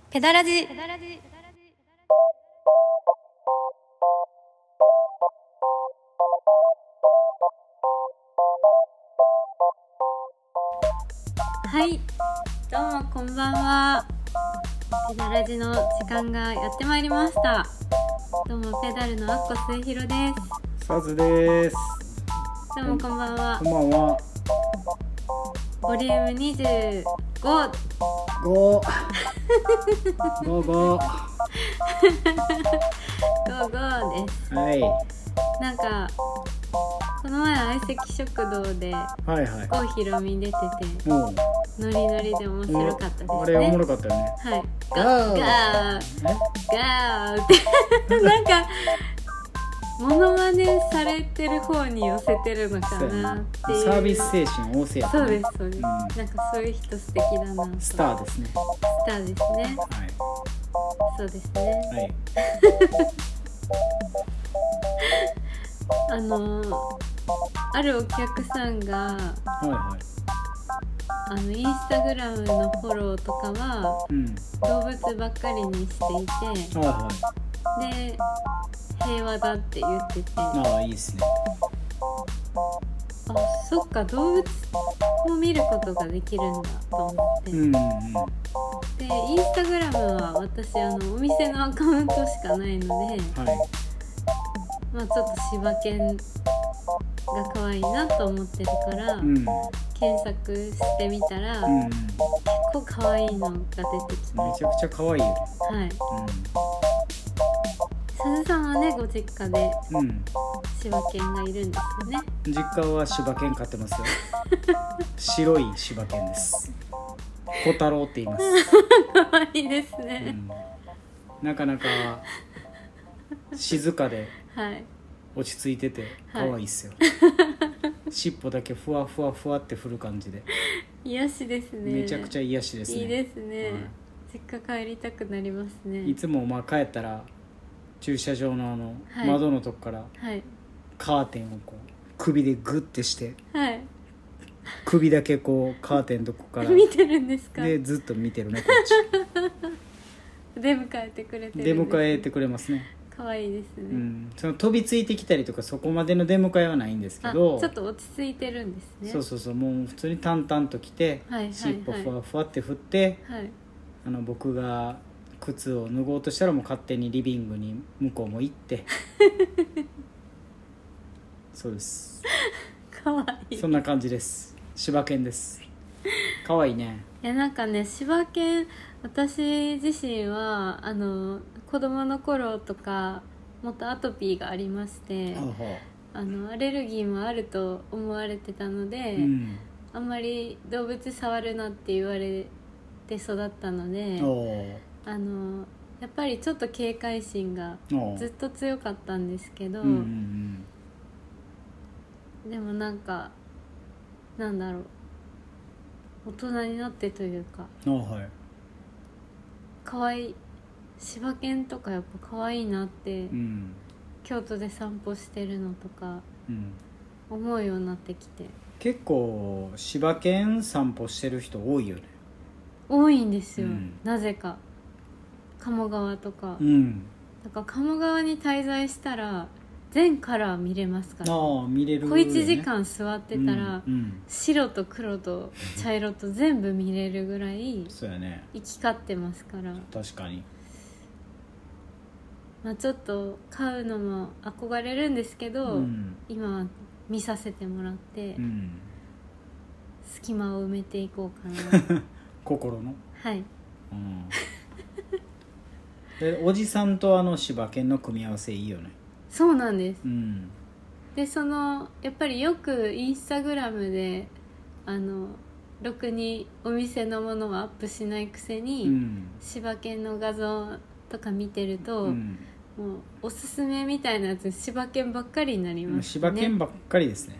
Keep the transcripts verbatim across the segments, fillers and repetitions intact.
ペダラジ。はい、どうもこんばんは。ペダラジの時間がやってまいりました。どうもペダルのアッコ末広です。 サズです。 どうもこんばんは。 こんばんは。 ボリュームにじゅうご。 ゴーゴーゴーゴーゴーです。 はいなんかこの前相席食堂ではいはい郷ひろみ出てて、 もうノリノリで面白かったですね。 あれおもろかったよね。 はいガーガーガーってなんかモノマネされてる方に寄せてるのかなっていう。 サービス精神旺盛やったね。 そうですそうです、 うん、 なんかそういう人素敵だなと。 スターですね。 スターですね。 はいそうですね。 はいあのあるお客さんがはいはいあのインスタグラムのフォローとかはうん動物ばっかりにしていて、 はいはいで平和だって言ってて、あああいいですね。 そっか動物も見ることができるんだと思って、 うんうんうんでインスタグラムは私あのお店のアカウントしかないので、 はいまあ、ちょっと柴犬が可愛いなと思ってるから、 うんうん検索してみたら、 うん結構可愛いのが出てきて、 めちゃくちゃ可愛いよね。 はいさずさんはねご実家でうんうん柴犬がいるんですよね。 実家は柴犬飼ってますよ。白い柴犬です。小太郎って言います。 可愛いですうね、 ん、なかなか静かではい落ち着いてて可愛いっすよ、尻尾だけふわふわふわって振る感じで癒しですね。 めちゃくちゃ癒しですね。 いいですね、 はい実家帰りたくなりますね。 いつもまあ帰ったら駐車場のあのはい窓のとこからはいカーテンをこう首でグッてしてはい首だけこうカーテンのとこから見てるんですか。 でずっと見てるねこっ出迎えてくれてるんちです出迎えてくれますね。 可愛いですね、 うん、その飛びついてきたりとかそこまでの出迎えはないんですけあど、 ちょっと落ち着いてるんですね。 そうそうそうもう普通に淡々と来て、 はいはいはい尻尾ふわふわって振ってはいあの僕が靴を脱ごうとしたらもう勝手にリビングに向こうも行ってそうです可愛い。 そんな感じです。柴犬です。可愛いね。 いやなんかね柴犬私自身はあの子供の頃とかもっとアトピーがありまして、 はあはあのアレルギーもあると思われてたので、 あうんあんまり動物触るなって言われて育ったので、 おあのやっぱりちょっと警戒心がおずっと強かったんですけど、 うんうんでもなんかなんだろう大人になってというかうんあはい可愛い柴犬とかやっぱ可愛いなって、 うん京都で散歩してるのとかうん思うようになってきて結構柴犬散歩してる人多いよね。 多いんですよ、 うんなぜか鴨川とか、 うんだから鴨川に滞在したら全カラー見れますから、 ああ見れるよね。 小いちじかん座ってたら、 うんうん白と黒と茶色と全部見れるぐらいそうやね行き交ってますから、 確かに。 まあ、ちょっと飼うのも憧れるんですけど、 うん今は見させてもらって、 うん隙間を埋めていこうかな心のはいうんでおじさんとあの柴犬の組み合わせいいよね。 そうなんです。 うんでそのやっぱりよくインスタグラムであのろくにお店のものをアップしないくせに、 うん柴犬の画像とか見てると、 うんもうおすすめみたいなやつ柴犬ばっかりになりますね。 柴犬ばっかりですね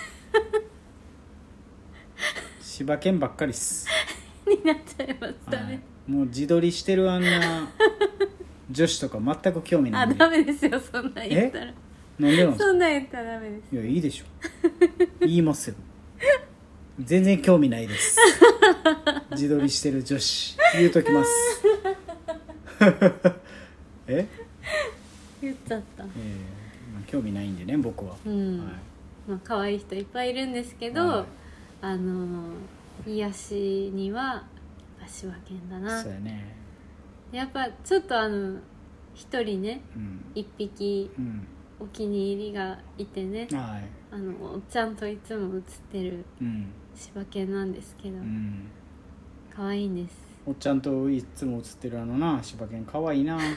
柴犬ばっかりっすになっちゃいましたはいね。 もう自撮りしてるあんな女子とか全く興味ないあんで。 ダメですよそんなん言ったら。 なんでなんですか。 そんなん言ったらダメです。 いやいいでしょ言いますよ。全然興味ないです自撮りしてる女子言うときますえ言っちゃった。 えーまあ、興味ないんでね僕は、 うんはい、 まあ可愛い人いっぱいいるんですけど、 はい、 あの癒しには柴犬だな。 そうやね。 やっぱちょっとあの一人ね、 うん、 一匹うんお気に入りがいてね、 はい、 あのおっちゃんといつも写ってるうん柴犬なんですけど、 うん、 可愛いんです。 おっちゃんといつも写ってるあのな柴犬かわいいな。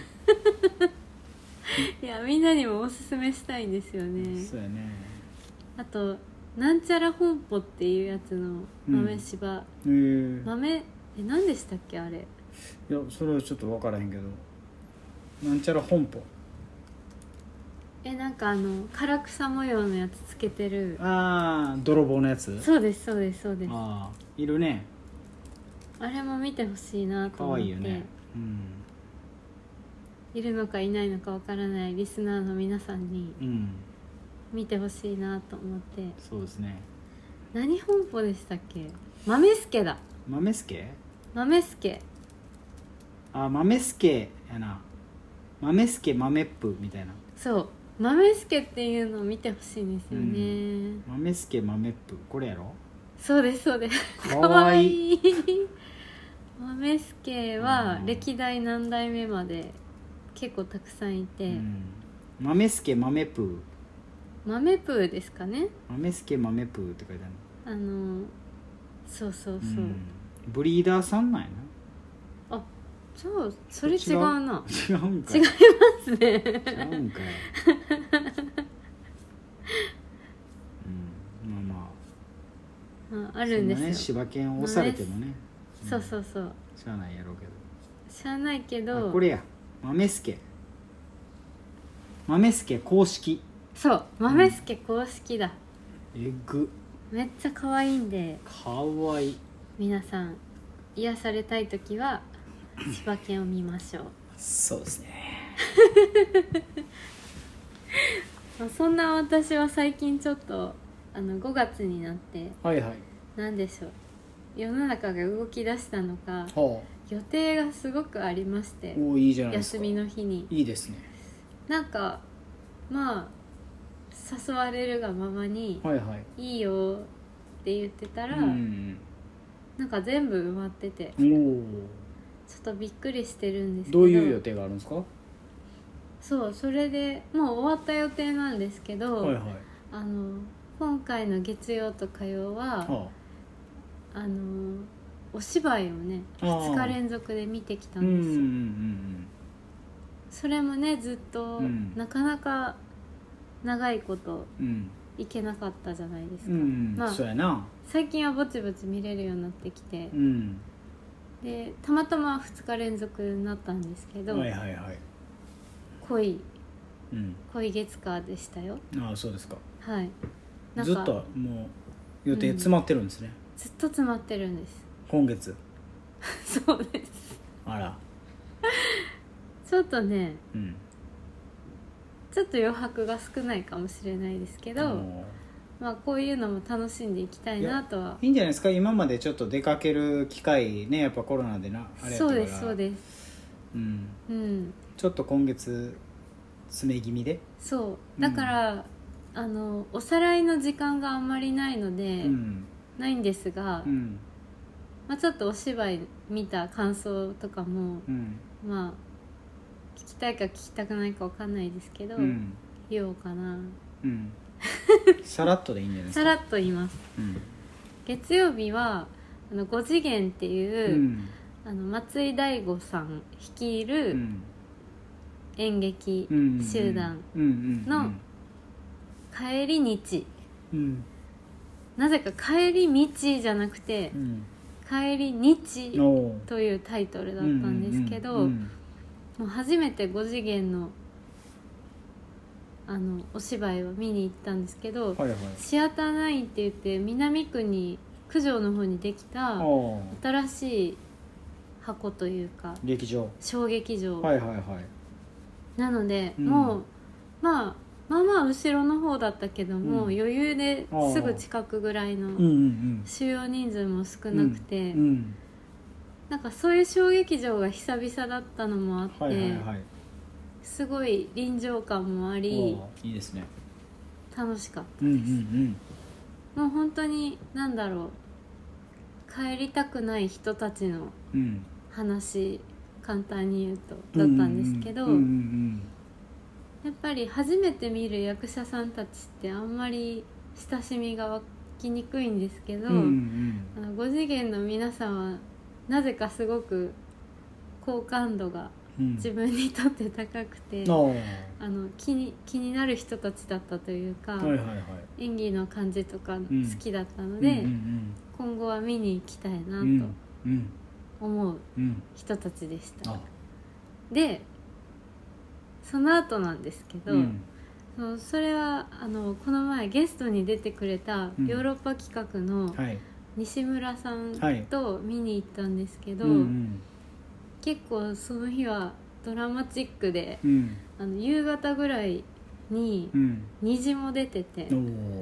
いやみんなにもおすすめしたいんですよね。 そうやね。 あとなんちゃら本舗っていうやつの豆柴、 うん、えー、 豆え何でしたっけあれ。 いやそれはちょっと分からへんけど、なんちゃら本舗、 えなんかあの唐草模様のやつつけてる。 ああ泥棒のやつ。 そうですそうですそうです。 ああいるね。 あれも見てほしいなと思って。 かわいいよね。うん、 いるのかいないのかわからないリスナーの皆さんに見てほしいなと思って、うん、 そうですね。 何本舗でしたっけ。豆助だ。 豆助。 豆助。 あ豆助やな。豆助豆っぷみたいな。 そう豆助っていうのを見てほしいんですよね、うん、 豆助豆っぷこれやろ。 そうですそうです。 かわいい。 豆助は歴代何代目まで結構たくさんいて、うん、 豆助豆プー豆プーですかね。 豆助豆プーって書いてある。 あのそうそうそう、うん、 ブリーダーさんなんやなあ。そうそれ違うな。 違うんかい。 違いますね。 違うんかい。うん、まあまあ、 まあ、あるんですよ。 そんなね柴犬を押されてもね、 うん、そうそうそう。 しゃあないやろうけど。 しゃあないけど。 これや豆助。豆助公式。 そう豆助公式だ、 うん、えぐ。 めっちゃ可愛いんで。 かわいい。 皆さん癒されたいときは柴犬を見ましょう。 そうですね。 そんな私は最近ちょっとあのごがつになって、 はいはい、 なんでしょう、世の中が動き出したのか、はあ、予定がすごくありまして。 おいいじゃないですか。 休みの日にいいですね。 なんかまあ誘われるがままに、はいはい、いいよって言ってたら、うん、なんか全部埋まってて、おちょっとびっくりしてるんですけど。 どういう予定があるんですか。 そうそれでもう終わった予定なんですけど、はいはい、あの今回の月曜と火曜は、はあ、あのお芝居をねふつか連続で見てきたんですよ。うんうんうん、それもねずっと、うん、なかなか長いこと行けなかったじゃないですか、うん、まあ、そうやな。最近はぼちぼち見れるようになってきて、うん、でたまたまふつか連続になったんですけど、はいはいはい、恋、うん、恋月火でしたよ。 ああそうですか。 はい。 なんかずっともう予定詰まってるんですね、 うん、ずっと詰まってるんです。 今月。 そうです。 あらちょっとね、うん、ちょっと余白が少ないかもしれないですけど、まあこういうのも楽しんでいきたいなとは。 いいんじゃないですか。今までちょっと出かける機会ね、やっぱコロナでなあれやったから。そうですそうです、うんうん、ちょっと今月詰め気味で。 そうだから、うん、あのおさらいの時間があんまりないので、うん、ないんですが、うん、まあ、ちょっとお芝居見た感想とかも、うん、まあ聞きたいか聞きたくないか分かんないですけど、うん、言おうかな、うん、 さらっとでいいんじゃないですか。 さらっと言います、うん、月曜日はあのご次元っていう、うん、あの松井大悟さん率いる、うん、演劇集団の帰り道、うん、なぜか帰り道じゃなくて、うん、帰り日というタイトルだったんですけど、うんうんうん、もう初めてご次元のあのお芝居を見に行ったんですけど、はいはい、シアターナインって言って南区に九条の方にできた新しい箱というか劇場小劇場、 はいはいはい、 なので、うん、もう、まあ、まあまあ後ろの方だったけども、うん、余裕ですぐ近くぐらいの収容人数も少なくて、うんうん、 なんかそういう小劇場が久々だったのもあって、 はいはいはい、 すごい臨場感もありいいですね、 楽しかったです、 うんうんうん、 もう本当に何だろう、帰りたくない人たちの話、うん、簡単に言うとだったんですけど、うんうんうん、やっぱり初めて見る役者さんたちってあんまり親しみが湧きにくいんですけど、うんうん、あのご次元の皆さんはなぜかすごく好感度が自分にとって高くて、うん、あの 気に、気になる人たちだったというか、はいはいはい、演技の感じとか好きだったので、うんうんうんうん、今後は見に行きたいなと思う人たちでした、うんうん、でその後なんですけど、うん、そ, それはあのこの前ゲストに出てくれたヨーロッパ企画の西村さんと見に行ったんですけど、はいうんうん、結構その日はドラマチックで、うん、あの夕方ぐらいに虹も出てて、うん、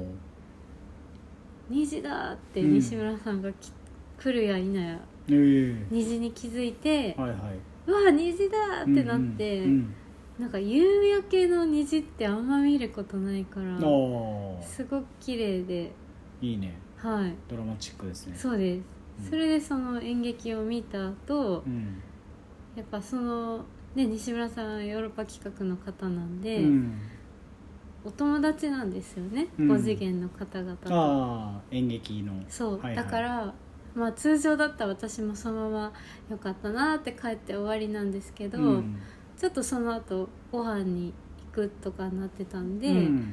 虹だって西村さんがき、うん、来るや否や、えー、虹に気づいて、はいはい、うわ虹だってなって、うんうんうんなんか夕焼けの虹ってあんま見ることないからすごく綺麗でいいね、 はい、 ドラマチックですね。 そうです、うん、それでその演劇を見た後、うん、やっぱその、ね、西村さんはヨーロッパ企画の方なんで、うん、お友達なんですよね、うん、ご次元の方々と。 あ演劇のそう、はいはい、だからまあ通常だったら私もそのままよかったなって帰って終わりなんですけど、うんちょっとその後ご飯に行くとかになってたんで、うん、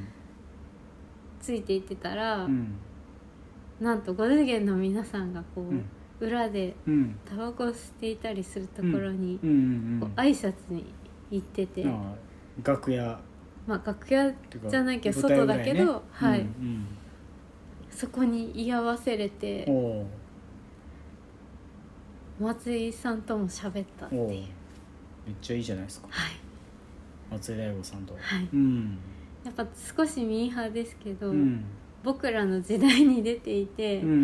ついて行ってたら、うん、なんとご次元の皆さんがこう、うん、裏でタバコを吸っていたりするところに、うん、こう挨拶に行ってて、 あ楽屋まあ楽屋じゃないけど外だけど、ね、はい、うんうん、そこに居合わせれて松井さんとも喋ったっていう。 めっちゃいいじゃないですか、 はい、 松井大悟さんと、 はいうん、やっぱ少しミーハーですけど、うん、僕らの時代に出ていて、うんうん、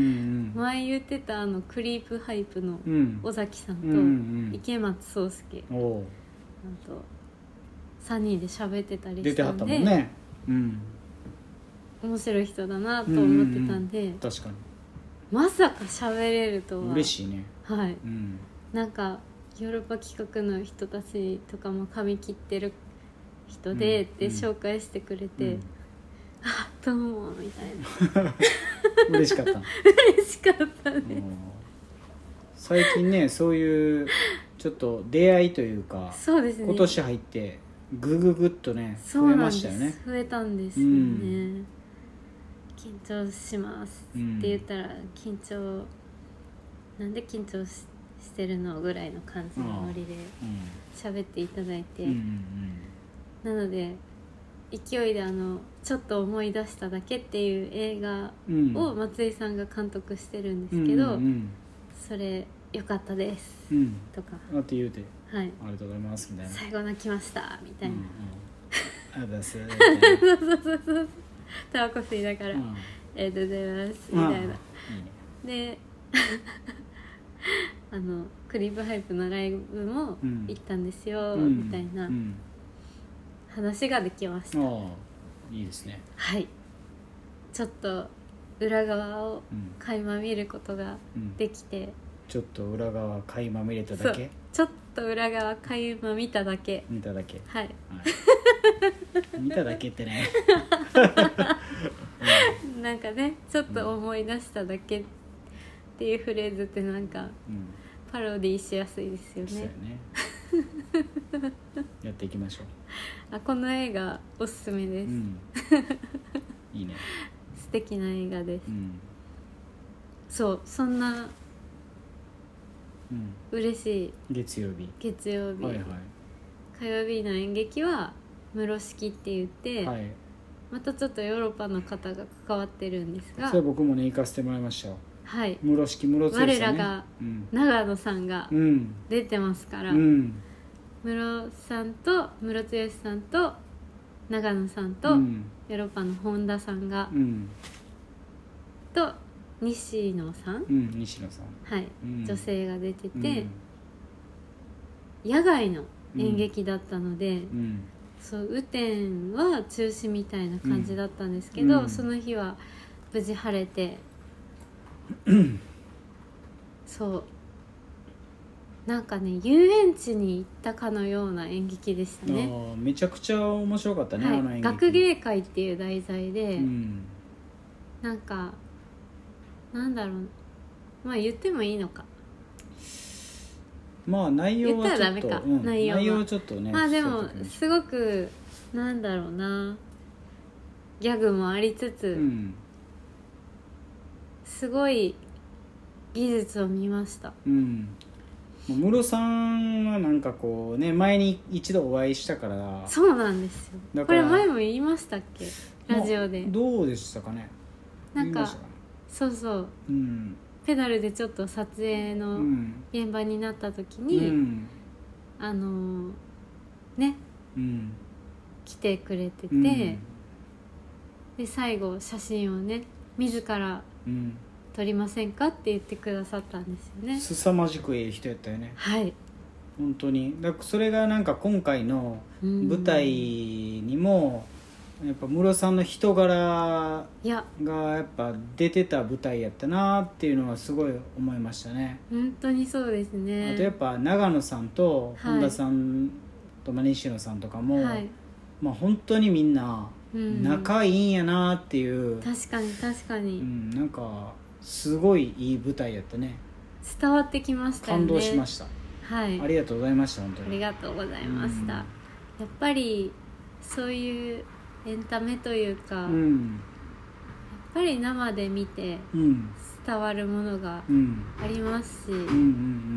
前言ってたあのクリープハイプの尾崎さんと池松壮亮、うんうん、あとさんにんで喋ってたりしたんで出てはったもんね、うん、 面白い人だなと思ってたんで、うんうんうん、 確かにまさか喋れるとは嬉しいね、 はい、うん、なんかヨーロッパ企画の人たちとかも髪切ってる人でって紹介してくれて、うんうん、あどうもみたいな嬉しかった嬉しかったね。 最近ねそういうちょっと出会いというかそうですね、 今年入ってグググッとね増えましたよね。 増えたんですよね、うん、緊張しますって言ったら、うん、緊張なんで緊張ししてるのぐらいの感じのノリで喋っていただいて、うんうんうん、なので勢いであのちょっと思い出しただけっていう映画を松井さんが監督してるんですけど、うんうんうん、それ良かったです、うん、とかあって言うて、 はい、ありがとうございますみたいな、 最後泣きましたみたいな、うんうん、 ありがとうございますみたいなそうそうそうそうタバコ吸いながら、うん、ありがとうございますみたいな、うん、いいね、であのクリープハイプのライブも行ったんですよ、うん、みたいな話ができました、うん、 いいですね。 はい、ちょっと裏側を垣間見ることができて、うん、 ちょっと裏側垣間見れただけ、 ちょっと裏側垣間見ただけ見ただけ、 はい、はい、 見ただけってねなんかねちょっと思い出しただけっていうフレーズってなんか、うん、パロディしやすいですよね。そうよねやっていきましょう。 あこの映画おすすめです、うん、 いいね素敵な映画です、うん、そうそんな、うん、嬉しい月曜日月曜日、 はいはい、 火曜日の演劇は室式って言って、はい、またちょっとヨーロッパの方が関わってるんですが、 それ僕もね行かせてもらいましたよ。 はい、 室式室津さん、ね、 我らが長野さんが出てますから、うん、室さんと室津さんと長野さんと、うん、ヨーロッパの本田さんが、うん、と西野さん、 うん、西野さん、 はい、 うん、 女性が出てて、 うん、 野外の演劇だったので、 うん、 そう雨天は中止みたいな感じだったんですけど、 うん、 その日は無事晴れて、 うん、 そうなんかね遊園地に行ったかのような演劇でしたね。 あめちゃくちゃ面白かったね、 はい、 あの演劇。 学芸会っていう題材で、 うん、 なんかなんだろう、まあ言ってもいいのか、 まあ内容はちょっと言ったらダメか、うん、内容は内容はちょっとね、 まあでもすごくなんだろうな、ギャグもありつつ、うん、すごい技術を見ました。 うん、ムロさんはなんかこうね、前に一度お会いしたから。 そうなんですよ。これ前も言いましたっけ、ラジオで。 どうでしたかね。 なんかそうそう、うん、ペダルでちょっと撮影の現場になった時に、うん、あのー、ね、うん、来てくれてて、うん、で最後写真をね自ら撮りませんかって言ってくださったんですよね。 凄まじくいい人やったよね。 はい、 本当に。だからそれがなんか今回の舞台にも、うん、やっぱムロさんの人柄がやっぱ出てた舞台やったなっていうのはすごい思いましたね。 本当にそうですね。 あとやっぱ長野さんと本田さんと西野さんとかも、はい、まあ本当にみんな仲いいんやなっていう、うん、 確かに確かに、 うん、なんかすごいいい舞台やったね。 伝わってきましたよね。 感動しました。 はい、 ありがとうございました。本当にありがとうございました、うん、やっぱりそういうエンタメというか、うん、やっぱり生で見て伝わるものがありますし、うんうんうん、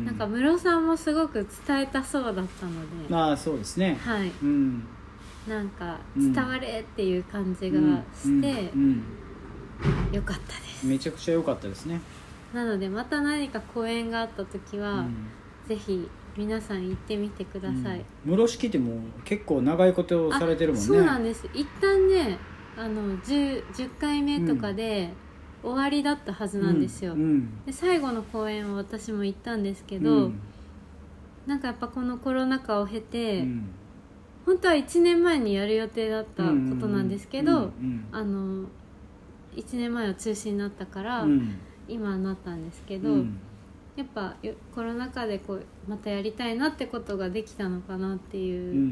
なんかムロさんもすごく伝えたそうだったので、 まあそうですね、 はい、うん、なんか伝われっていう感じがして、うんうんうんうん、よかったです。 めちゃくちゃ良かったですね。 なのでまた何か公演があった時は、うん、ぜひ皆さん行ってみてください。 室敷ってもう結構長いことをされてるもんね。 そうなんです。一旦ねあの 10, じゅっかいめとかで終わりだったはずなんですよ、うんうん、で最後の公演は私も行ったんですけど、うん、なんかやっぱこのコロナ禍を経て、うん、本当はいちねんまえにやる予定だったことなんですけど、うんうん、あのいちねんまえは中止になったから、うん、今はなったんですけど、うん、やっぱコロナ禍でこうまたやりたいなってことができたのかなっていう、うん、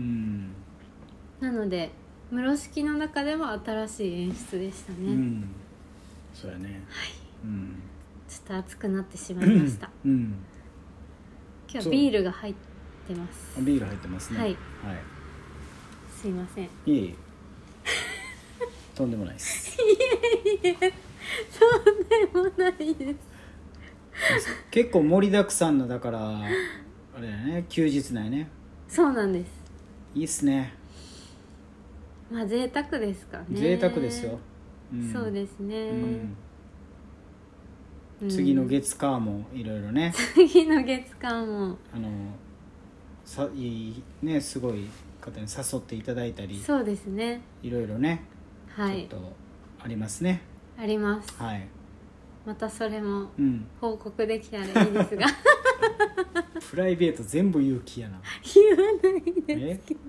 なので室敷の中でも新しい演出でしたね、うん、 そうやね、はい、 うん、ちょっと熱くなってしまいました、うん、今日はビールが入ってます。 ビール入ってますね。はい、はい、 すいません。 いえいえとんでもないです。 いえいえとんでもないです。 結構盛りだくさんのだからあれだね、休日内ね。 そうなんです。 いいっすね。 まあ贅沢ですかね。 贅沢ですよ、 うん、そうですね、 うん、次の月火もいろいろね。 次の月火もあのさいいね、すごい方に誘っていただいたり、 そうですね、 いろいろね、 はい、 ちょっとありますね。 あります、はい、またそれも報告できたらいいですが、 うん、プライベート全部言う気やな。 言わないですけど、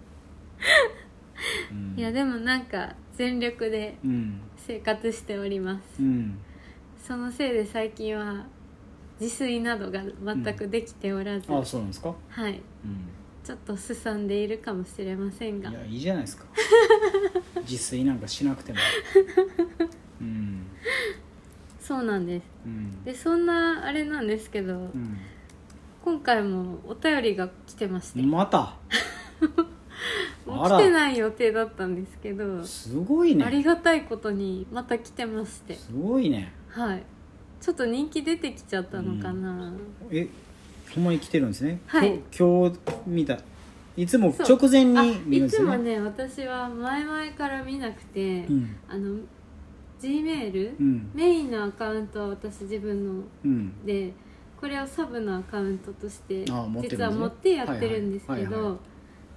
うん、いやでもなんか全力で生活しております、うん、そのせいで最近は自炊などが全くできておらず、うん、 あ、そうなんですか。 はい、うん、ちょっとすさんでいるかもしれませんが、 いや、いいじゃないですか自炊なんかしなくても、うん、 そうなんです、うん、でそんなあれなんですけど、うん、今回もお便りが来てまして、 またもう来てない予定だったんですけど、 すごいね、 ありがたいことにまた来てまして、 すごいね、 はい、ちょっと人気出てきちゃったのかな、うん、 え、ほんまに来てるんですね、 はい、 今日見た、いつも直前に見るんですよね。 いつもね、私は前々から見なくて、うん、あの G メール、うん、メインのアカウントは私自分の、うん、でこれをサブのアカウントとして実は持ってやってるんですけど、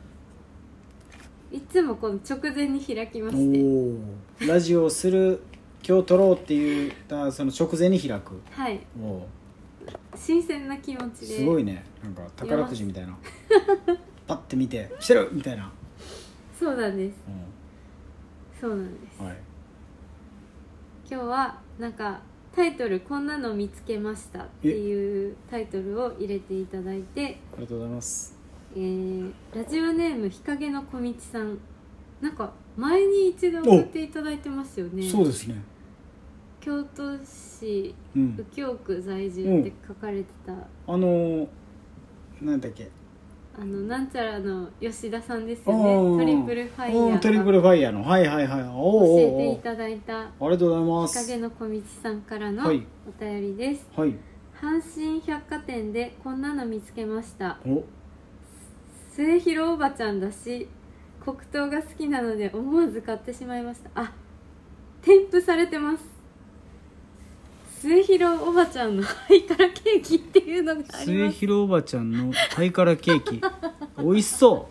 いつもこの直前に開きまして、 おラジオをする今日撮ろうって言ったその直前に開く。 はい、 お新鮮な気持ちですごいね。なんか宝くじみたいなパッて見て来てるみたいな。 そうなんです、 うん、 そうなんです、 はい、 今日はなんかタイトルこんなの見つけましたっていうタイトルを入れていただいて、 ありがとうございます。 えー、ラジオネーム日陰の小道さん、なんか前に一度送っていただいてますよね。 そうですね。 京都市うん右京区在住って書かれてた、 あのー、なんだっけ、 あのなんちゃらの吉田さんですよね。トリプルファイヤートリプルファイヤーのはいはいはい、 教えていただいた、 ありがとうございます。 日陰の小道さんからのおはい便りです、 はい、 阪神百貨店でこんなの見つけました。 お末広おばちゃんだし黒糖が好きなので思わず買ってしまいました。あ、添付されてます。末広おばちゃんのハイカラケーキっていうのがあります。 末広おばちゃんのハイカラケーキ美味しそう。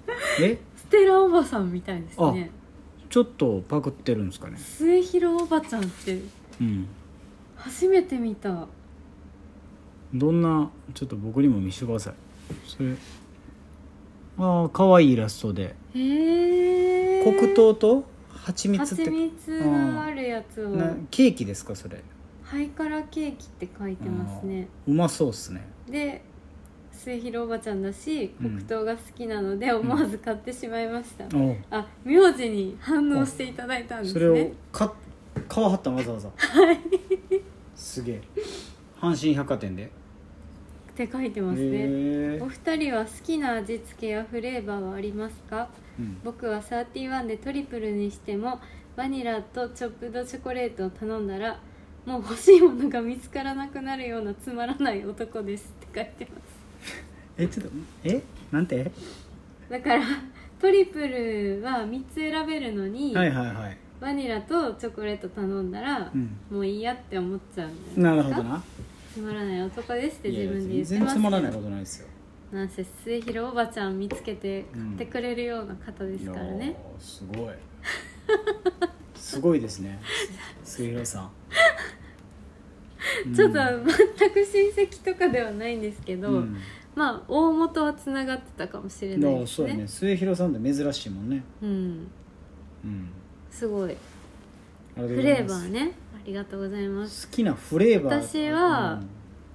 えステラおばさんみたいですね。 ちょっとパクってるんですかね。 末広おばちゃんってうん初めて見た。 どんな、ちょっと僕にも見せてください。それああ、かわいいイラストで、 へえ、 黒糖と蜂蜜って蜂蜜があるやつをなケーキですかそれ。 ハイカラケーキって書いてますね。 うまそうっすね。 で末広おばちゃんだしうん黒糖が好きなので思わず買ってしまいました、 おうあ、名字に反応していただいたんですね。 それをか皮張ったのわざわざ。 はいすげえ。阪神百貨店でって書いてますね。 へお二人は好きな味付けやフレーバーはありますか？ うん僕はサーティワンでトリプルにしてもバニラとチョップドチョコレートを頼んだらもう欲しいものが見つからなくなるようなつまらない男ですって書いてます。 えちょっとえなんてだからトリプルはみっつ選べるのに、 はいはいはい、 バニラとチョコレート頼んだら、 うん、 もういいやって思っちゃうんじゃないですか。 なるほどな。 つまらない男ですって自分で言いやってますけど、 全然つまらないことないですよ。 なんせ末広おばちゃん見つけて買ってくれるような方ですからね、 いやーすごいすごいですね末広さんちょっと全く親戚とかではないんですけど、 うん、 まあ大元はつながってたかもしれないですね。 そうやね、末広さんって珍しいもんね。 うん、 うん、 すごいフフレーバーね、ありがとうございます。 好きなフレーバー、 私は、 うん、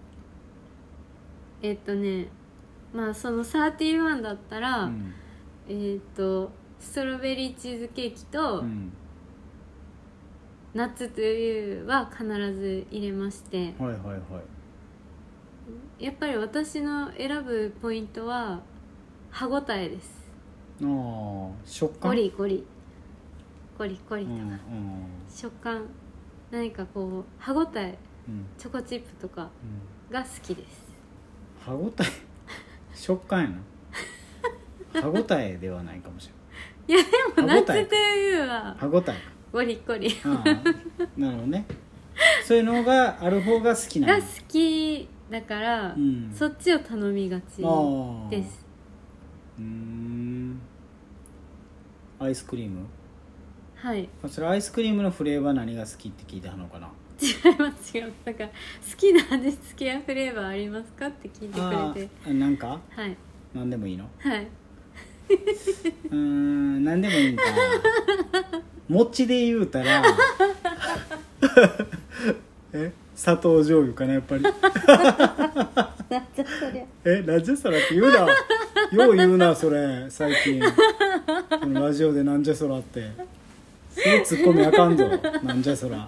えっとねまあそのサーティワンだったら、 うん、 えっとストロベリーチーズケーキと、 うん、 ナッツというは必ず入れまして、 はいはいはい、 やっぱり私の選ぶポイントは歯ごたえです。 ああ、食感、 ゴリゴリゴリゴリとか、 うんうん、 食感、何かこう歯ごたえ、 うん、 チョコチップとかが好きです。 歯ごたえ食感やな歯ごたえではないかもしいやでもナッ歯ごたえツというは歯ごたえかゴリゴリああなるほどね。そういうのがある方が好きなの。 が好きだから、 うん、 そっちを頼みがちです。 うーん、アイスクリーム、 はい、 それアイスクリームのフレーバー何が好きって聞いてはんのかな。 違います違います。だから好きな味付けやフレーバーありますかって聞いてくれて、 あなんかはい何でもいいの。 はいうーん、何でもいいんか餅で言うたらえ砂糖醤油かなやっぱりなんじゃそりゃえなんじゃそらって言うなよう言うなそれ最近このラジオでなんじゃそらってすぐツッコミあかんぞなんじゃそら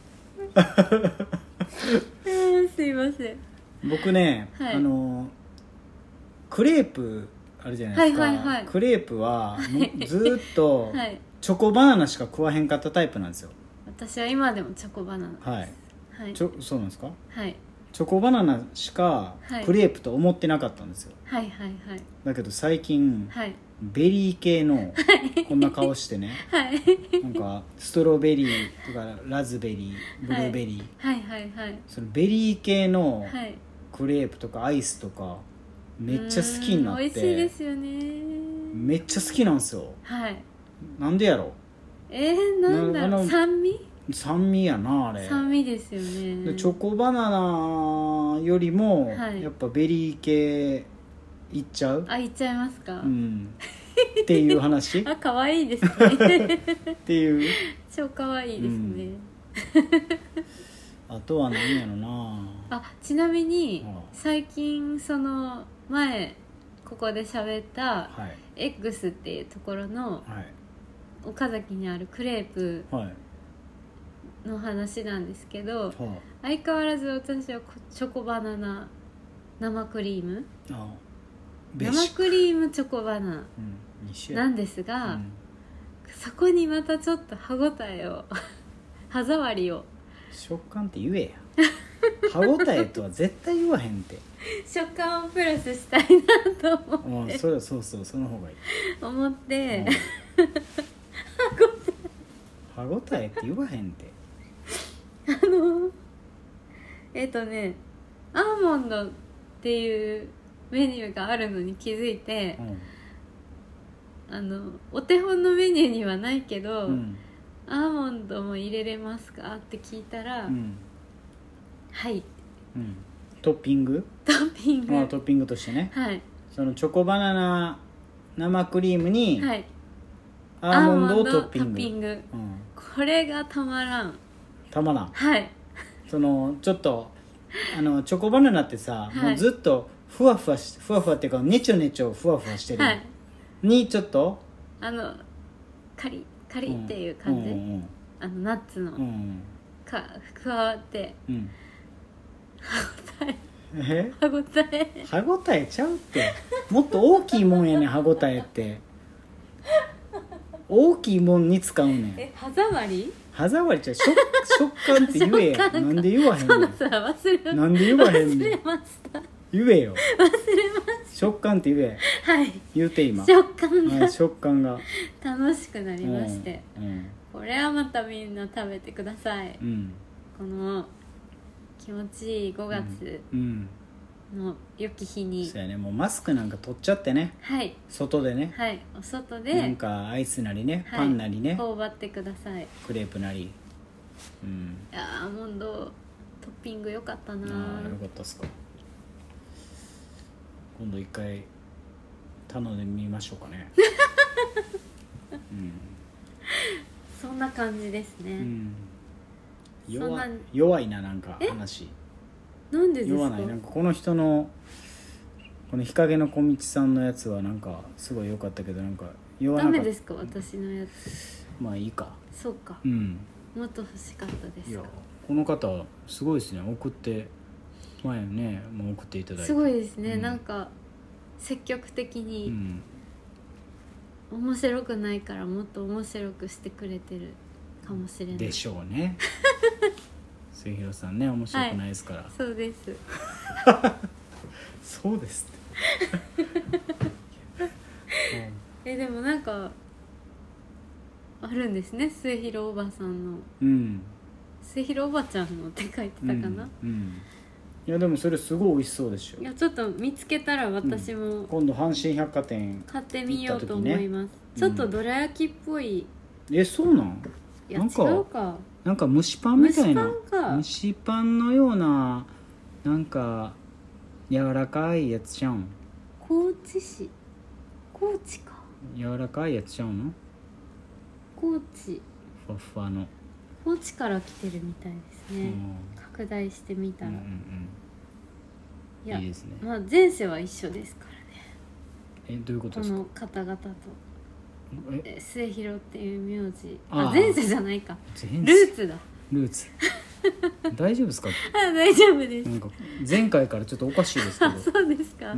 すいません。 僕ね、 はい、 あのクレープあるじゃないですか、 はいはいはい、 クレープはずっとチョコバナナしか食わへんかったタイプなんですよ。 私は今でもチョコバナナです。 はい、 はい、 ちょそうなんですか。 はいチョコバナナしかクレープと思ってなかったんですよ、 はいはいはい、 だけど最近、 はい、 ベリー系のこんな顔してね、 はい、 なんかストロベリーとかラズベリーブルーベリー、 はい、はいはいはいそのベリー系のはいクレープとかアイスとかめっちゃ好きになって、 美味しいですよね。 めっちゃ好きなんですよ。 はい、 なんでやろえー、なんだろう、酸味酸味やなあれ。 酸味ですよね。 でチョコバナナよりも、はい、やっぱベリー系いっちゃう。 あ、いっちゃいますか、 うんっていう話あ、可愛いですねっていう超可愛いですね、 うん、あとは何やろなあ。ちなみに最近その前ここで喋った、はい、X っていうところの、はい、岡崎にあるクレープの話なんですけど、はい、相変わらず私はチョコバナナ生クリーム、あ生クリームチョコバナナ、うん、なんですが、うん、そこにまたちょっと歯ごたえを歯触りを食感って言えや歯ごたえとは絶対言わへんって食感をプラスしたいなと思って、 うん、それそうそうその方がいい思って、 うん、歯ごたえって言わへんってあのえっ、ー、とねアーモンドっていうメニューがあるのに気づいて、うん、あのお手本のメニューにはないけど、うん、アーモンドも入れれますかって聞いたら、うん、はい、 うん、トッピングトッピング、 まあ、トッピングとしてね、 はい、 そのチョコバナナ生クリームに、はい、アーモンドをトッピング、トッピング、うん、 これがたまらんたまらん、 はい、 そのちょっとあのチョコバナナってさ、はい、もうずっとふわふわしふわふわっていうかネチョネチョふわふわしてる、はい、にちょっとあのカリカリっていう感じ、うんうんうん、あのナッツの、うん、か加わって、うん、歯ごたええ歯ごたえ歯ごたえちゃうってもっと大きいもんやねん歯ごたえって大きいもんに使うねん。 え歯触り歯触りちゃう 食, 食感って言えやなんで言わへんねん。 そうだ忘れなんで言わへんねん。 忘れました言えよ。 忘れました食感って言え。 はい言うて今食感が、 はい、食感が楽しくなりまして、うんうん、これはまたみんな食べてください、うん、この気持ちいいごがつの良き日に、 そうやね、もうマスクなんか取っちゃってね、 はい、 外でね、 はい、お外でなんかアイスなりね、はい、パンなりね、 頬張ってください。 クレープなり、うん、 いやアーモンドトッピング良かったな。 ああよかったっすか。今度一回頼んでみましょうかね、うん、 そんな感じですね、うん、 弱, 弱いななんか話。 なんでですか。 弱ないなんかこの人のこの日陰の小道さんのやつはなんかすごい良かったけどなんか弱なかった。 ダメですか私のやつ。 まあいいか。 そうか、 うん、 もっと欲しかったですか。いやこの方すごいですね。送って前ねもう送っていただいてすごいですね、うん、なんか積極的に、うん、面白くないからもっと面白くしてくれてるかもしれないでしょうね末広さんね面白くないですから、はい、 そうですそうですって、うん、 えでもなんかあるんですね末広おばさんの、 うん、 末広おばちゃんのって書いてたかな、うんうん、いやでもそれすごい美味しそうでしょ。 いやちょっと見つけたら私も、うん、 今度阪神百貨店買ってみようと思います、ね、ちょっとどら焼きっぽい、 うん、えそうなん。 いやなんか違うかなんか蒸しパンみたいな蒸しパンか蒸しパンのようななんか柔らかいやつちゃうん。 高知市高知か柔らかいやつちゃうの。 高知ふわふわの高知から来てるみたいですね、うん、拡大してみたら、うんうんうん、いやいいですね。まあ前世は一緒ですからね。 えどういうことですか。 この方々とえ末広っていう名字。ああ前世じゃないかルーツだルーツ大丈夫ですかあ大丈夫です。 なんか前回からちょっとおかしいですけどそうですか、うん、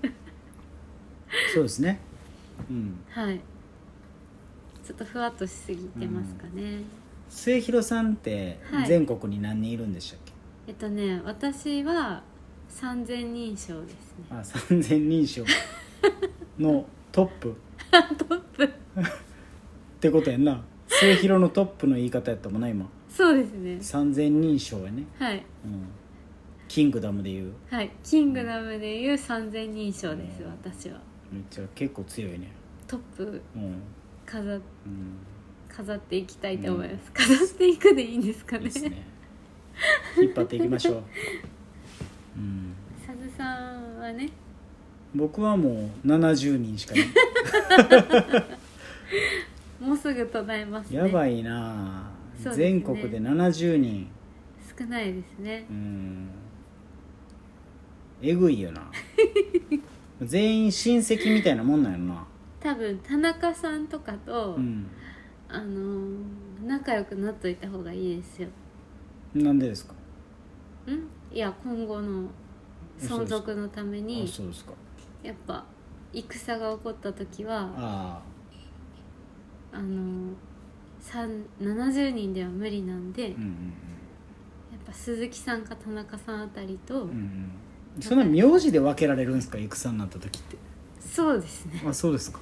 そうですね、うん、 はいちょっとふわっとしすぎてますかね、うん、 末広さんって全国に何人いるんでしたっけ。はい、 えっとね私はさんぜんにん称ですね。 あさんぜんにん称のトップトップってことやんな。末広のトップの言い方やったもんな今。 そうですねさんぜんにん称やね。 はい、うん、 キングダムでいうはいキングダムでいうさんぜんにん称です、うん、私は。 めっちゃ結構強いね。 トップ飾っ飾っていきたいと思います、うん、飾っていくでいいんですかね。いいですね、 引っ張っていきましょう、 うん、さずさんはね、 僕はもうななじゅうにんしかいないもうすぐ途絶えますね。 やばいな、ね、全国でななじゅうにん、 少ないですね。 うん、えぐいよな全員親戚みたいなもんなんやろな。 多分田中さんとかと、 うん、 あの仲良くなっといた方がいいですよ。 なんでですか？ んいや今後の存続のために、 そうですか。 やっぱ戦が起こった時はああのななじゅうにんでは無理なんで、うんうんうん、やっぱ鈴木さんか田中さんあたりと、うんうん、 そんな名字で分けられるんですか、戦になった時って。 そうですね。 あ、そうですか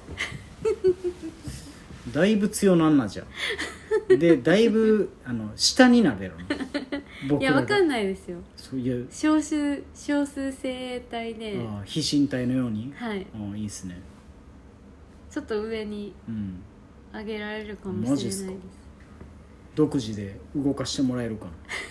だいぶ強なんなじゃんでだいぶあの下になるやろな僕らが。いや分かんないですよ。 そういう少数少数精鋭体で、 あ非身体のように、 はい、 あいいですね。 ちょっと上に上げられるかもしれないです。 マジっすか？独自で動かしてもらえるかな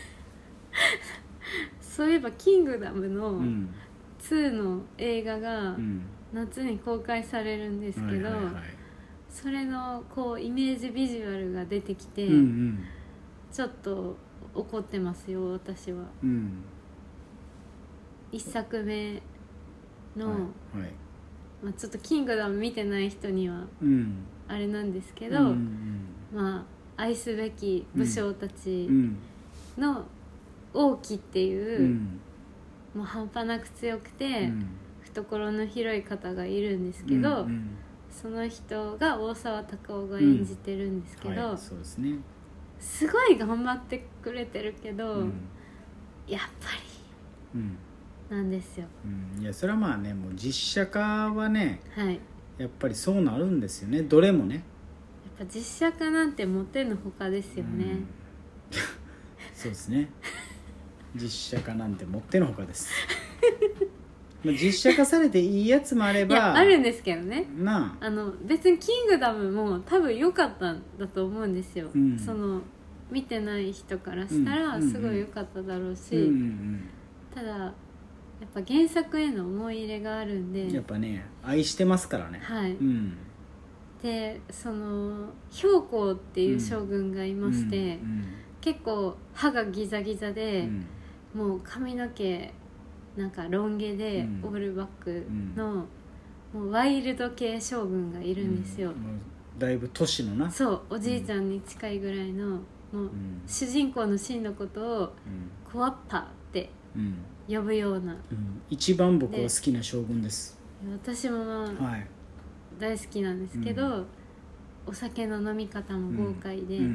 そういえばキングダムのにの映画が夏に公開されるんですけど、それのこうイメージビジュアルが出てきて、うんうん、ちょっと怒ってますよ私は、うん、いっさくめの、はいはい、まあ、ちょっとキングダム見てない人にはあれなんですけど、うんうん、まあ愛すべき武将たちの王騎っていう、うん、もう半端なく強くて、うん、懐の広い方がいるんですけど、うんうん、その人が大沢たかおが演じてるんですけど、うんはい、そうですね、すごい頑張ってくれてるけど、うん、やっぱり、うんなんですよ、 うん、いやそれはまあね、もう実写化はね、はい、やっぱりそうなるんですよね、どれもね。 やっぱ実写化なんてもってのほかですよね、うん、 そうですね実写化なんてもってのほかです実写化されていいやつもあれば、いやあるんですけどね、なあ、あの別にキングダムも多分良かったんだと思うんですよ、うん、その見てない人からしたらすごい良かっただろうし、うんうんうん、ただやっぱ原作への思い入れがあるんで、 やっぱね愛してますからね、 はい、うん、でその兵庫っていう将軍がいまして、うんうんうん、結構歯がギザギザで、うん、もう髪の毛なんかロン毛でオールバックの、うん、もうワイルド系将軍がいるんですよ、うん、 だいぶ年のな、 そうおじいちゃんに近いぐらいの、もう主人公のシンのことをコアッパって呼ぶような、うん、 一番僕は好きな将軍です。 私も、まあはい、大好きなんですけど、うん、お酒の飲み方も豪快で、うんうん、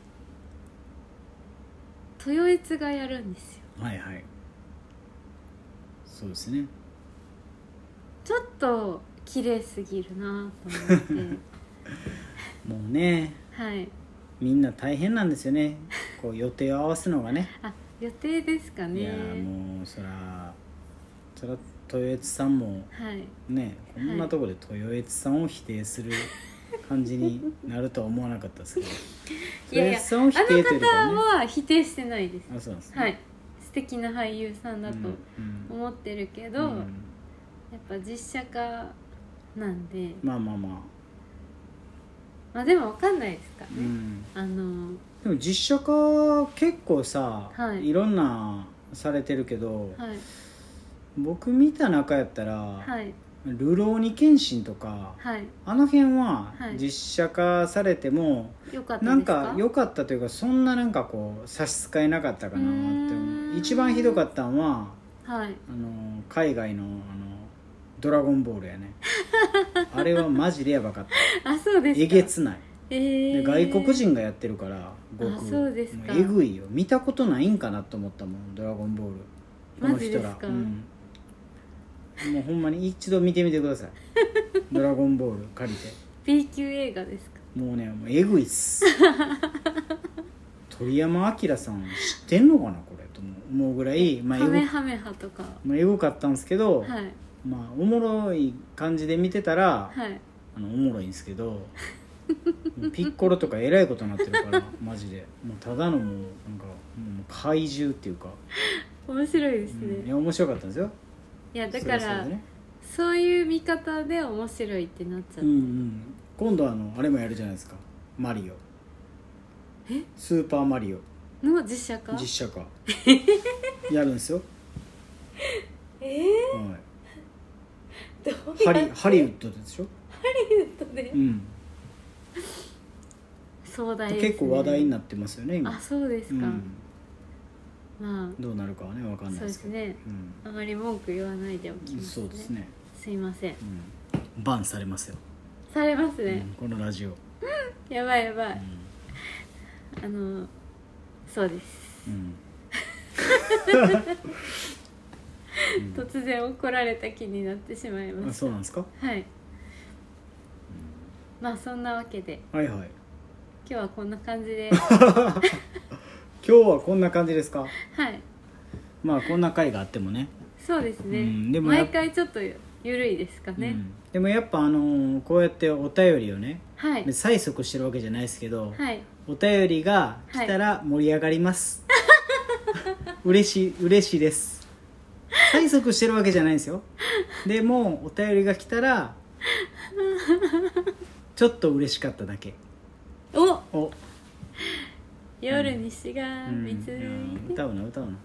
豊悦がやるんですよ。 はいはい、そうですね。 ちょっと綺麗すぎるなと思ってもうね、 はい、 みんな大変なんですよね、こう予定を合わすのがね。 あ、予定ですかね。 いやもうそらそら豊悦さんも、はい、ね、こんなところで豊悦さんを否定する感じになるとは思わなかったですけどいやいや、豊悦さんを否定というか、ね、あの方は否定してないです。 あ、そうなんですね、 はい、素敵な俳優さんだと思ってるけど、うんうん、やっぱ実写化なんで、 まあまあまあまあでも分かんないですかね、うん、あのでも実写化結構さ、はい、いろんなされてるけど、はい、僕見た中やったら、はい、ルローニケンシンとか、はい、あの辺は実写化されても、はい、なんか良かったというか、そんななんかこう差し支えなかったかなって思う。一番ひどかったのは、はい、あの海外のあのドラゴンボールやねあれはマジでやばかったあ、そうですか。 えげつない、 えー、 で外国人がやってるから僕、あ、そうですか。 えぐいよ、見たことないんかなと思ったもん、ドラゴンボール。この人ら、うん、もうほんまに一度見てみてくださいドラゴンボール借りて。 B 級映画ですか。 もうね、もうえぐいっす鳥山明さん知ってんのかなこれと思うぐらい、 まあ、カメハメハとか、 まあ、えぐかったんですけど、はい、まあおもろい感じで見てたら、はい、あのおもろいんですけどピッコロとかえらいことになってるからマジでもうただのもうなんかもう怪獣っていうか面白いですね、 うん、いや面白かったんですよ。 いやだからそれそれでね、 そういう見方で面白いってなっちゃって、 うんうん、今度あのあれもやるじゃないですか、マリオ。 えスーパーマリオの実写化実写化やるんですよ。 えーはい、 どうやってハリハリウッドでしょ。 ハリウッドで、 うん、 壮大ですね。 結構話題になってますよね今。 あ、そうですか、 うん、 まあどうなるかはね分かんないですけど。 そうですね、うん、あまり文句言わないでおきますね。 そうですね、 すいません、 うん、バンされますよ。 されますね、 うん、このラジオやばいやばい、 うん、 あのそうです、 うん突然怒られた気になってしまいました。 あ、そうなんですか。 はい、まあそんなわけではいはい、 今日はこんな感じで今日はこんな感じですか。 はい、 まあこんな回があってもね。 そうですね、 うん、でもやっ毎回ちょっとゆるいですかね、 うん、でもやっぱあのーこうやってお便りをね、 はい、 催促してるわけじゃないですけど、 はい、 お便りが来たら盛り上がります、はい、嬉しい嬉しいです。催促してるわけじゃないんですよ。でもお便りが来たらちょっと嬉しかっただけ。 おお夜にしがみついて、 うんうん、歌うな歌うな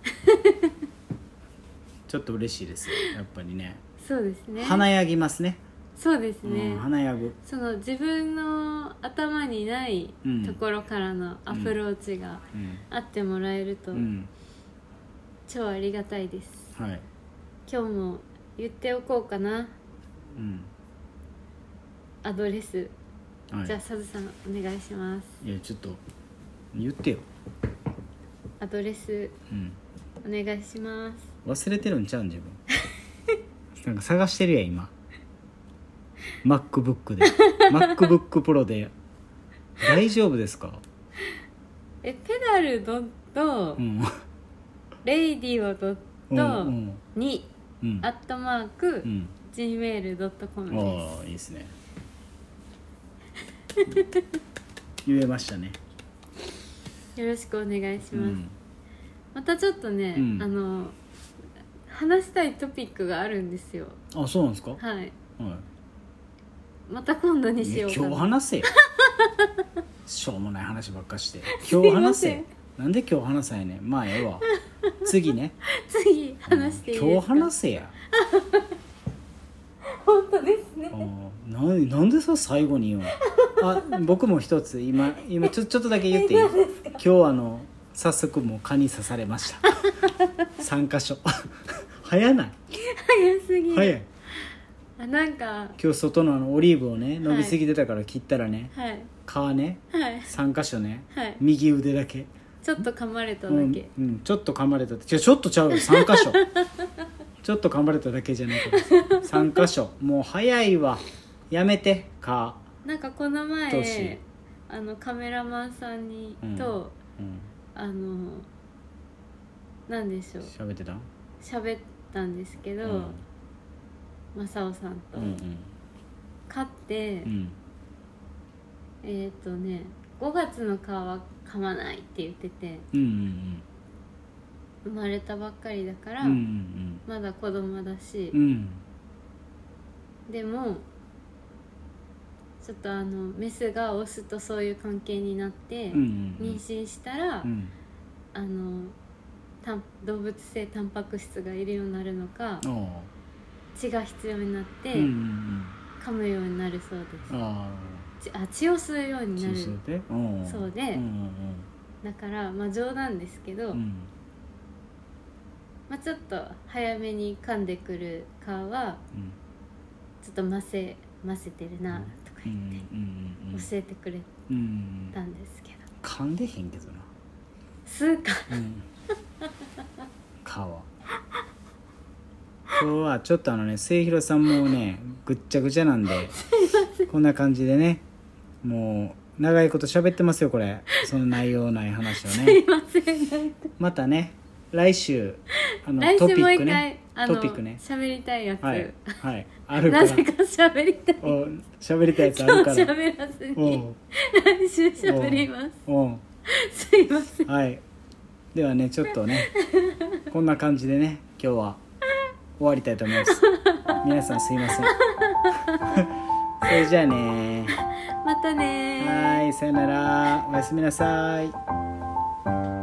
ちょっと嬉しいですよやっぱりね。 そうですね、 華やぎますね。 そうですね、 うん、華やぐ。 その自分の頭にないところからのアプローチがあってもらえると、 うん、 超ありがたいです、 はい、 今日も言っておこうかな、 うん、 アドレス、 はい、 じゃあサズさんお願いします。 いやちょっと言ってよ。 アドレス、うん、お願いします。 忘れてるんちゃうん自分なんか探してるやん今MacBook でMacBook Pro で大丈夫ですか。 えペダルドット、うん、レイディオドットに、うん、アットマーク、うん、ジーメールドットコム です。 ああいいですね言えましたね。 よろしくお願いします、うん、またちょっとね、うん、あの話したいトピックがあるんですよ。 あ、そうなんですか。 はい、はい、 また今度にしようかな。 今日話せしょうもない話ばっかして今日話せなんで今日話さんやねん。まあええわ次ね次話していいですか、うん、 今日話せや本当ですね。 な, なんでさ最後に言うのあ僕も一つ今今ちょ, ちょっとだけ言っていい。今日あの早速もう蚊に刺されましたさんか所早ない早すぎ早い。 あなんか今日外のあのオリーブをね伸びすぎてたから切ったらね、 はい、 蚊ね、はい、さんか所ね、 はい、 右腕だけちょっと噛まれただけ、 うんうん、ちょっと噛まれたってちょ、ちょっとちゃうよさんか所ちょっと噛まれただけじゃないからさんか所もう早いわやめて蚊。 なんかこの前あのカメラマンさんに、うん、と、うん、あのなんでしょう喋ってた喋ったんですけど、うん正雄さんと、うんうん、飼って、うん、えっ、ー、とねごがつの蚊は噛まないって言ってて、うんうんうん、生まれたばっかりだから、うんうんうん、まだ子供だし、うん、でもちょっとあのメスがオスとそういう関係になって、うんうんうん、妊娠したら、うん、あのた動物性タンパク質がいるようになるのか血が必要になって、うんうんうん、噛むようになるそうです。ああ血を吸うようになるそうで、うんうん、だから、まあ、冗談ですけど、うんまあ、ちょっと早めに噛んでくる蚊は、うん、ちょっとませませてるなとか言って教えてくれたんですけど、 噛んでへんけどな吸うか、うん、 蚊は今日はちょっとあのね末広さんもねぐっちゃぐちゃなんでこんな感じでねもう長いこと喋ってますよこれその内容ない話をねすいませんまたね来週あの来週もう一回、 ね、 あのトピックね喋りたいやつ、 はい、はい、あるからなぜか喋りたいお喋りたいやつあるから今日喋らずに来週喋りますおうすいません。 はい、ではねちょっとねこんな感じでね今日は終わりたいと思います皆さんすいませんそれじゃあねまたねはいさよならおやすみなさい。